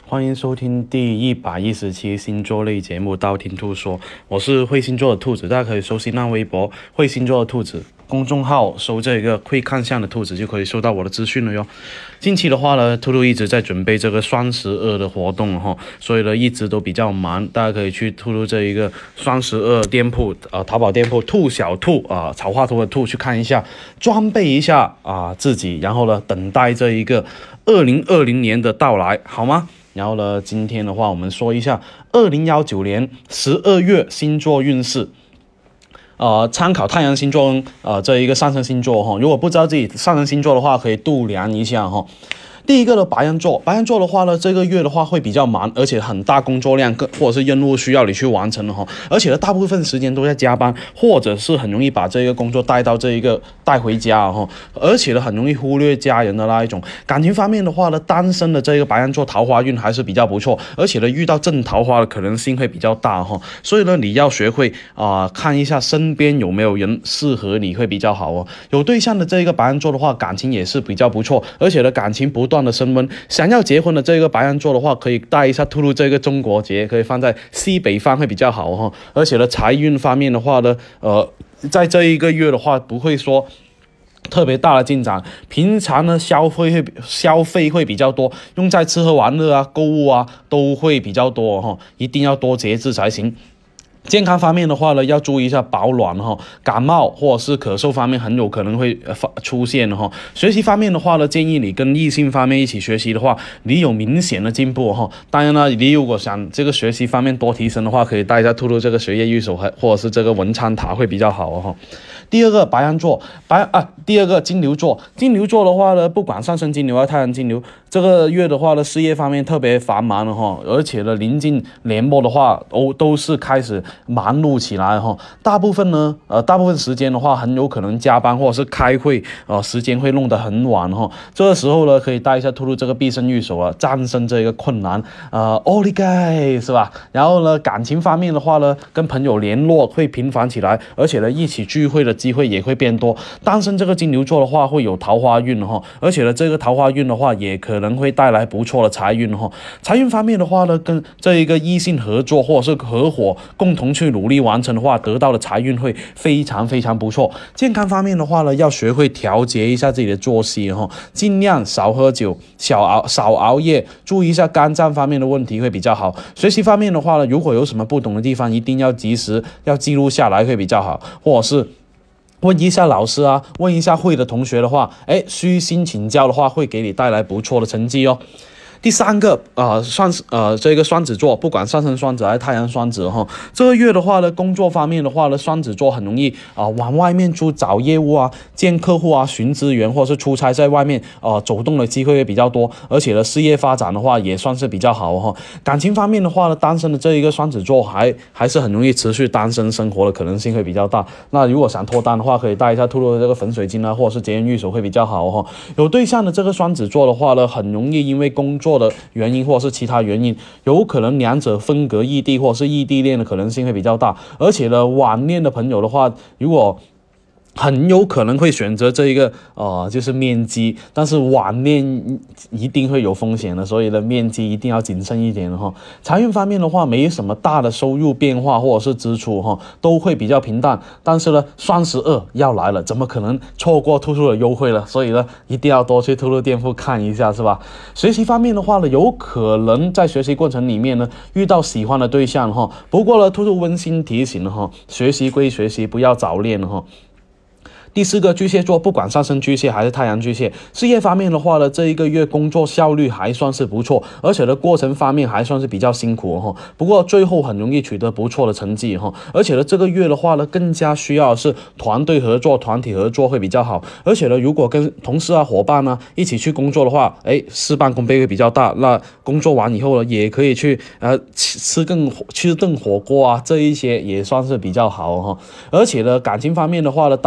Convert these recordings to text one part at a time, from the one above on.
欢迎收听第117星座类节目《道听途说》，我是会星座的兔子，大家可以搜新浪微博会星座的兔子公众号，搜这个会看相的兔子就可以收到我的资讯了哟。近期的话呢，兔兔一直在准备这个双12的活动哈，所以呢一直都比较忙，大家可以去兔兔这一个双12店铺淘宝店铺兔小兔草画图的兔去看一下，装备一下自己，然后呢等待这一个2020年的到来，好吗？然后呢，今天的话，我们说一下2019年12月星座运势。参考太阳星座这一个上升星座哈，如果不知道自己上升星座的话，可以度量一下哈。第一个呢，白羊座的话呢，这个月的话会比较忙，而且很大工作量或者是任务需要你去完成的哈，而且呢，大部分时间都在加班，或者是很容易把这个工作带回家哈，而且呢，很容易忽略家人的那一种。感情方面的话呢，单身的这个白羊座桃花运还是比较不错，而且呢，遇到正桃花的可能性会比较大哈，所以呢，你要学会看一下身边有没有人适合你会比较好哦。有对象的这个白羊座的话，感情也是比较不错，而且呢，感情不断的升温，想要结婚的这个白羊座的话，可以带一下兔兔这个中国结，可以放在西北方会比较好哈。而且呢，财运方面的话呢，在这一个月的话，不会说特别大的进展，平常呢消费会比较多，用在吃喝玩乐购物都会比较多哈，一定要多节制才行。健康方面的话呢，要注意一下保暖哈，感冒或者是咳嗽方面很有可能会出现哈。学习方面的话呢，建议你跟异性方面一起学习的话，你有明显的进步哈。当然呢，你如果想这个学习方面多提升的话，可以带一下兔兔这个学业御手或者是这个文昌塔会比较好哈。第二个白羊座，第二个金牛座的话呢，不管上升金牛太阳金牛，这个月的话呢，事业方面特别繁忙哈，而且呢，临近年末的话，都是开始忙碌起来哈。大部分时间的话，很有可能加班或者是开会，时间会弄得很晚哈。这个时候呢，可以带一下兔兔这个必胜御手战胜这个困难，Oligai 是吧？然后呢，感情方面的话呢，跟朋友联络会频繁起来，而且呢，一起聚会的机会也会变多。单身这个金牛座的话会有桃花运哈，而且呢，这个桃花运的话也可能会带来不错的财运哈。财运方面的话呢，跟这一个异性合作或者是合伙共同去努力完成的话，得到的财运会非常非常不错。健康方面的话呢，要学会调节一下自己的作息哈，尽量少喝酒，少熬夜，注意一下肝脏方面的问题会比较好。学习方面的话呢，如果有什么不懂的地方，一定要及时记录下来会比较好，或者是问一下老师问一下会的同学的话，虚心请教的话，会给你带来不错的成绩哦。第三个这个双子座，不管上升双子还是太阳双子哈，这个月的话呢，工作方面的话呢，双子座很容易往外面找业务见客户寻资源，或者是出差在外面走动的机会会比较多，而且呢，事业发展的话也算是比较好哈。感情方面的话呢，单身的这一个双子座还是很容易持续单身生活的可能性会比较大。那如果想脱单的话，可以带一下兔兔的这个粉水晶或者是洁颜玉手会比较好哈。有对象的这个双子座的话呢，很容易因为工作的原因或者是其他原因，有可能两者分隔异地或者是异地恋的可能性会比较大。而且呢，晚恋的朋友的话，如果很有可能会选择这一个就是面基，但是晚恋一定会有风险的，所以呢，面基一定要谨慎一点哈。财运方面的话，没什么大的收入变化或者是支出哈，都会比较平淡。但是呢，双12要来了，怎么可能错过兔兔的优惠了？所以呢，一定要多去兔兔店铺看一下，是吧？学习方面的话呢，有可能在学习过程里面呢，遇到喜欢的对象哈。不过呢，兔兔温馨提醒哈，学习归学习，不要早恋哈。第四个巨蟹座，不管上升巨蟹还是太阳巨蟹，事业方面的话呢，这一个月工作效率还算是不错，而且呢，过程方面还算是比较辛苦哈。不过最后很容易取得不错的成绩哈。而且呢，这个月的话呢，更加需要的是团队合作、团体合作会比较好。而且呢，如果跟同事伙伴一起去工作的话，事半功倍会比较大。那工作完以后呢，也可以去吃顿火锅这一些也算是比较好哈。而且呢，感情方面的话呢，单身的巨蟹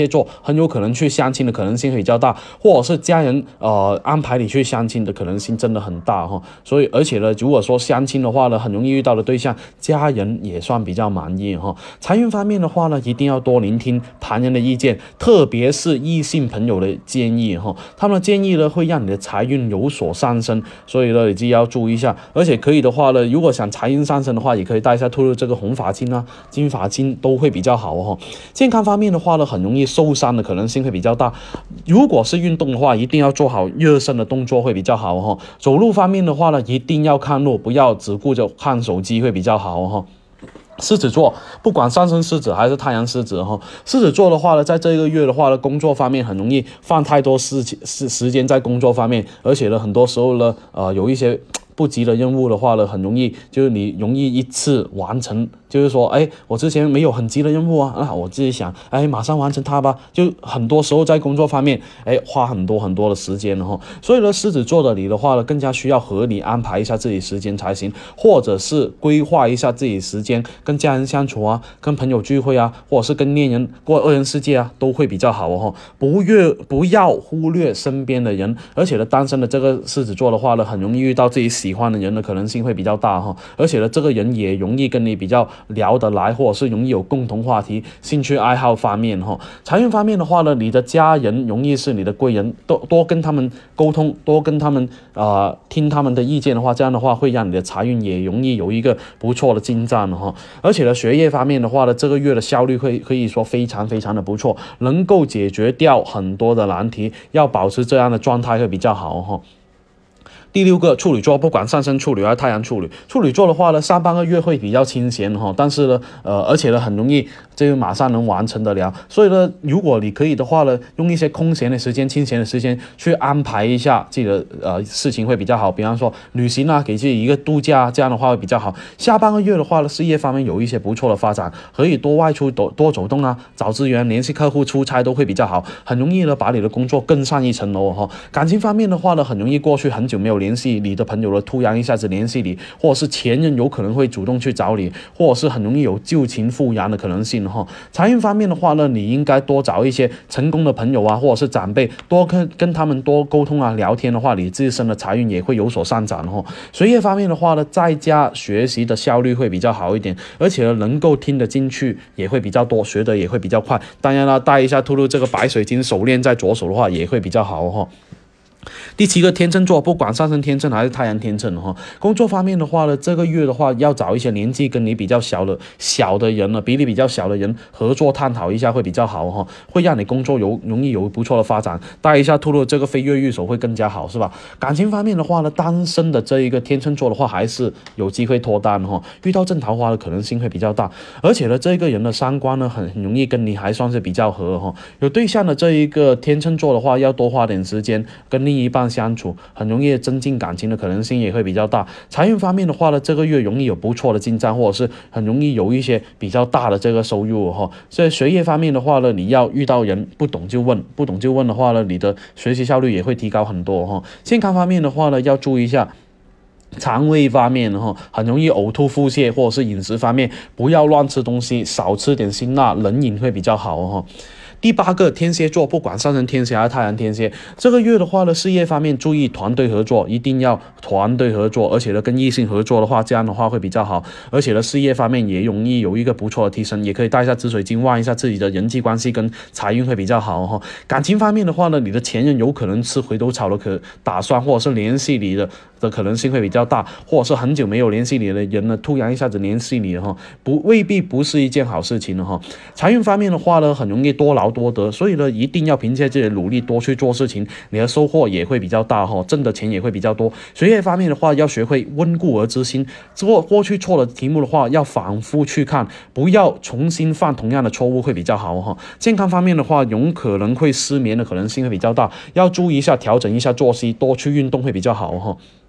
蝎座很有可能去相亲的可能性会比较大，或者是家人安排你去相亲的可能性真的很大哈。所以而且呢，如果说相亲的话呢，很容易遇到的对象家人也算比较满意哈。财运方面的话呢，一定要多聆听旁人的意见，特别是异性朋友的建议哈，他们的建议呢会让你的财运有所上升，所以呢你就要注意一下。而且可以的话呢，如果想财运上升的话，也可以带一下兔兔这个红发巾啊、金发巾都会比较好哈。健康方面的话呢，很容易受伤的可能性会比较大，如果是运动的话，一定要做好热身的动作会比较好哈。走路方面的话呢，一定要看路，不要只顾着看手机会比较好哈。狮子座，不管上升狮子还是太阳狮子哈，狮子座的话呢，在这个月的话呢，工作方面很容易放太多时间在工作方面，而且呢，很多时候呢，有一些不急的任务的话呢，很容易就是你容易一次完成，就是说，我之前没有很急的任务啊，我自己想，马上完成它吧，就很多时候在工作方面，花很多的时间哈。所以呢，狮子座的你的话呢，更加需要合理安排一下自己时间才行，或者是规划一下自己时间，跟家人相处啊，跟朋友聚会啊，或者是跟恋人过二人世界啊，都会比较好哦。不要忽略身边的人，而且呢，单身的这个狮子座的话呢，很容易遇到自己喜欢的人的可能性会比较大哈，而且呢，这个人也容易跟你比较聊得来，或者是容易有共同话题、兴趣爱好方面哈。财运方面的话呢，你的家人容易是你的贵人，多跟他们沟通，多跟他们听他们的意见的话，这样的话会让你的财运也容易有一个不错的进展哈。而且呢，学业方面的话呢，这个月的效率可以说非常的不错，能够解决掉很多的难题，要保持这样的状态会比较好哈。第六个，处女座，不管上升处女还是太阳处女，处女座的话呢，上半个月会比较清闲哈，但是呢，而且呢，很容易这个马上能完成得了。所以呢，如果你可以的话呢，用一些空闲的时间、清闲的时间去安排一下自己的事情会比较好。比方说旅行啊，给自己一个度假，这样的话会比较好。下半个月的话呢，事业方面有一些不错的发展，可以多外出、多走动啊，找资源、联系客户、出差都会比较好，很容易呢把你的工作更上一层楼哈。感情方面的话呢，很容易过去很久没有联系你的朋友了，突然一下子联系你，或者是前任有可能会主动去找你，或者是很容易有旧情复燃的可能性哈。财运方面的话呢，你应该多找一些成功的朋友啊，或者是长辈，多跟他们多沟通啊，聊天的话，你自身的财运也会有所上涨哈。学业方面的话呢，在家学习的效率会比较好一点，而且呢，能够听得进去也会比较多，学得也会比较快。当然了，带一下兔兔这个白水晶手链在左手的话，也会比较好哈。第七个，天秤座，不管上升天秤还是太阳天秤哈，工作方面的话呢，这个月的话要找一些年纪跟你比较小的人呢，比你比较小的人合作探讨一下会比较好哈，会让你工作容易有不错的发展。带一下兔兔这个飞跃玉手会更加好，是吧？感情方面的话呢，单身的这一个天秤座的话，还是有机会脱单哈，遇到正桃花的可能性会比较大，而且呢，这个人的三观呢，很容易跟你还算是比较合哈。有对象的这一个天秤座的话，要多花点时间跟另一半相处，很容易增进感情的可能性也会比较大。财运方面的话呢，这个月容易有不错的进展，或者是很容易有一些比较大的这个收入哈。所以学业方面的话呢，你要遇到人不懂就问的话呢，你的学习效率也会提高很多哈。健康方面的话呢，要注意一下肠胃方面很容易呕吐腹泻，或者是饮食方面不要乱吃东西，少吃点辛辣，冷饮会比较好哈。第八个，天蝎座，不管上升天蝎还是太阳天蝎，这个月的话呢，事业方面注意团队合作，一定要团队合作，而且呢，跟异性合作的话，这样的话会比较好，而且呢，事业方面也容易有一个不错的提升，也可以带一下紫水晶，旺一下自己的人际关系跟财运会比较好哈。感情方面的话呢，你的前任有可能吃回头草的打算，或者是联系你的可能性会比较大，或者是很久没有联系你的人呢，突然一下子联系你哈，未必不是一件好事情哈。财运方面的话呢，很容易多劳多得，所以呢，一定要凭借自己的努力多去做事情，你的收获也会比较大哈，挣的钱也会比较多。学业方面的话，要学会温故而知新，过去错的题目的话，要反复去看，不要重新犯同样的错误会比较好哈。健康方面的话，有可能会失眠的可能性会比较大，要注意一下，调整一下作息，多去运动会比较好哈。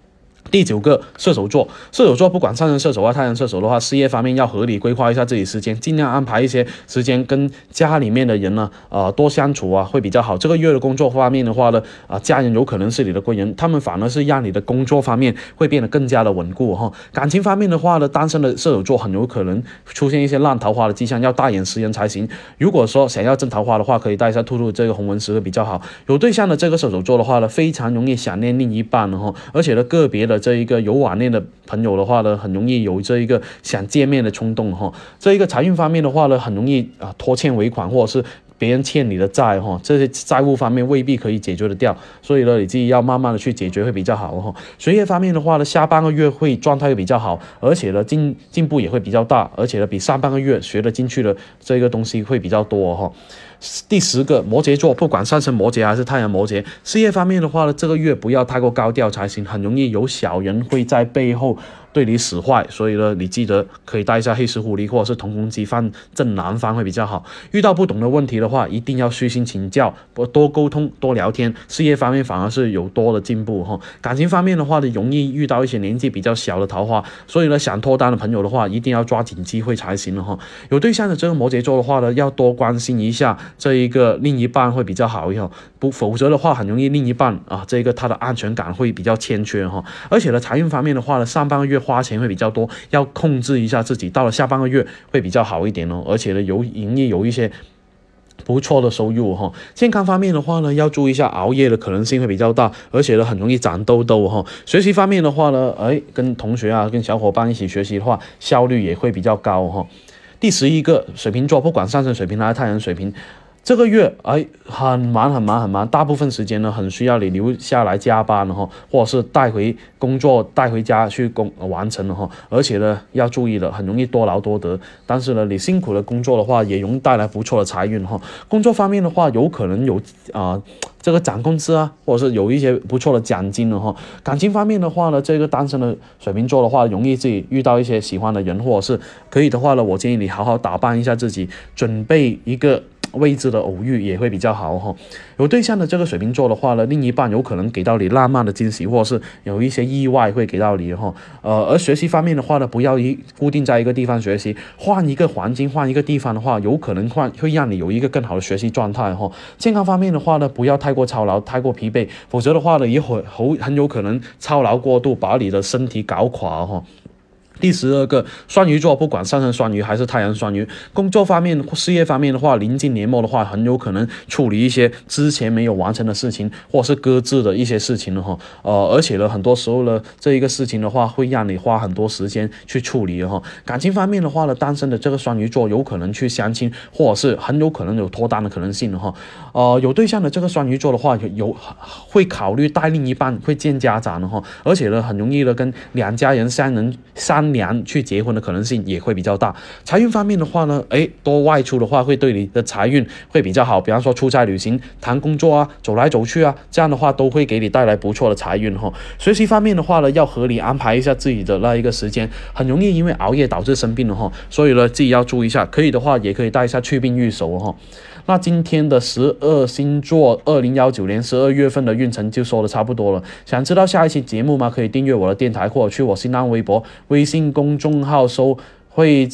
第9个射手座，射手座不管上升射手太阳射手的话，事业方面要合理规划一下自己时间，尽量安排一些时间跟家里面的人呢，多相处啊，会比较好。这个月的工作方面的话呢，家人有可能是你的贵人，他们反而是让你的工作方面会变得更加的稳固哈。感情方面的话呢，单身的射手座很有可能出现一些烂桃花的迹象，要大眼识人才行。如果说想要挣桃花的话，可以带一下兔兔这个红纹石会比较好。有对象的这个射手座的话呢，非常容易想念另一半哈，而且呢，个别的这一个有网恋的朋友的话呢，很容易有这一个想见面的冲动哈。这一个财运方面的话呢，很容易拖欠尾款或者是别人欠你的债哈，这些债务方面未必可以解决得掉，所以呢，你自己要慢慢的去解决会比较好哈。学业方面的话呢，下半个月会状态会比较好，而且呢进步也会比较大，而且呢比上半个月学得进去的这个东西会比较多哈。第10个摩羯座，不管上升摩羯还是太阳摩羯，事业方面的话呢，这个月不要太过高调才行，很容易有小人会在背后对你使坏，所以呢，你记得可以带一下黑石狐狸或者是瞳孔鸡放正南方会比较好。遇到不懂的问题的话，一定要虚心请教，多沟通，多聊天。事业方面反而是有多的进步哈。感情方面的话呢，容易遇到一些年纪比较小的桃花，所以呢，想脱单的朋友的话，一定要抓紧机会才行了哈。有对象的这个摩羯座的话呢，要多关心一下这一个另一半会比较好哈，否则的话很容易另一半这个他的安全感会比较欠缺哈。而且呢，财运方面的话呢，上半个月花钱会比较多，要控制一下自己，到了下半个月会比较好一点哦。而且呢，容易有一些不错的收入哈。健康方面的话呢，要注意一下熬夜的可能性会比较大，而且呢很容易长痘痘哈。学习方面的话呢，跟同学跟小伙伴一起学习的话，效率也会比较高哈。第11个水瓶座，不管上升水瓶还是太阳水瓶，这个月很忙，大部分时间呢很需要你留下来加班哈，或者是带回工作带回家去完成了哈。而且呢要注意了，很容易多劳多得，但是呢你辛苦的工作的话，也容易带来不错的财运哈。工作方面的话，有可能有这个涨工资或者是有一些不错的奖金了哈。感情方面的话呢，这个单身的水瓶座的话，容易自己遇到一些喜欢的人，或者是可以的话呢，我建议你好好打扮一下自己，准备一个未知的偶遇也会比较好哈。有对象的这个水瓶座的话呢，另一半有可能给到你浪漫的惊喜，或者是有一些意外会给到你哈。而学习方面的话呢，不要固定在一个地方学习，换一个环境，换一个地方的话，有可能会让你有一个更好的学习状态哈。健康方面的话呢，不要太过操劳，太过疲惫，否则的话呢，很有可能操劳过度，把你的身体搞垮哈。第12个双鱼座，不管上升双鱼还是太阳双鱼，工作方面、事业方面的话，临近年末的话，很有可能处理一些之前没有完成的事情，或者是搁置的一些事情了哈。而且呢，很多时候呢，这一个事情的话，会让你花很多时间去处理哈。感情方面的话呢，单身的这个双鱼座有可能去相亲，或者是很有可能有脱单的可能性的哈。有对象的这个双鱼座的话，会考虑带另一半，会见家长的哈。而且呢，很容易的跟两家人商量去结婚的可能性也会比较大。财运方面的话呢，多外出的话会对你的财运会比较好，比方说出差旅行、谈工作走来走去这样的话都会给你带来不错的财运哈。学习方面的话呢，要合理安排一下自己的那一个时间，很容易因为熬夜导致生病的哈，所以呢自己要注意一下，可以的话也可以带一下祛病玉手哈。那今天的12星座2019年12月份的运程就说的差不多了。想知道下一期节目吗？可以订阅我的电台，或者去我新浪微博、微信公众号搜会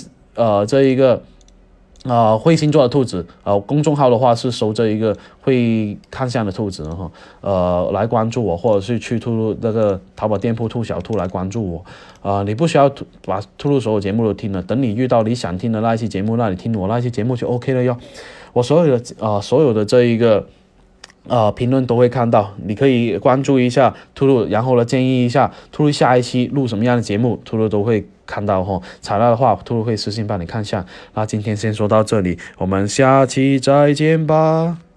会星座的兔子，公众号的话是搜这一个会看相的兔子哈，来关注我，或者是去那个淘宝店铺兔小兔来关注我。你不需要把兔兔所有节目都听了，等你遇到你想听的那一期节目，那你听我那一期节目就 OK 了哟。我所有的这一个评论都会看到，你可以关注一下兔兔，然后呢建议一下兔兔下一期录什么样的节目，兔兔都会看到哈。采纳的话，兔兔会私信帮你看一下。那今天先说到这里，我们下期再见吧。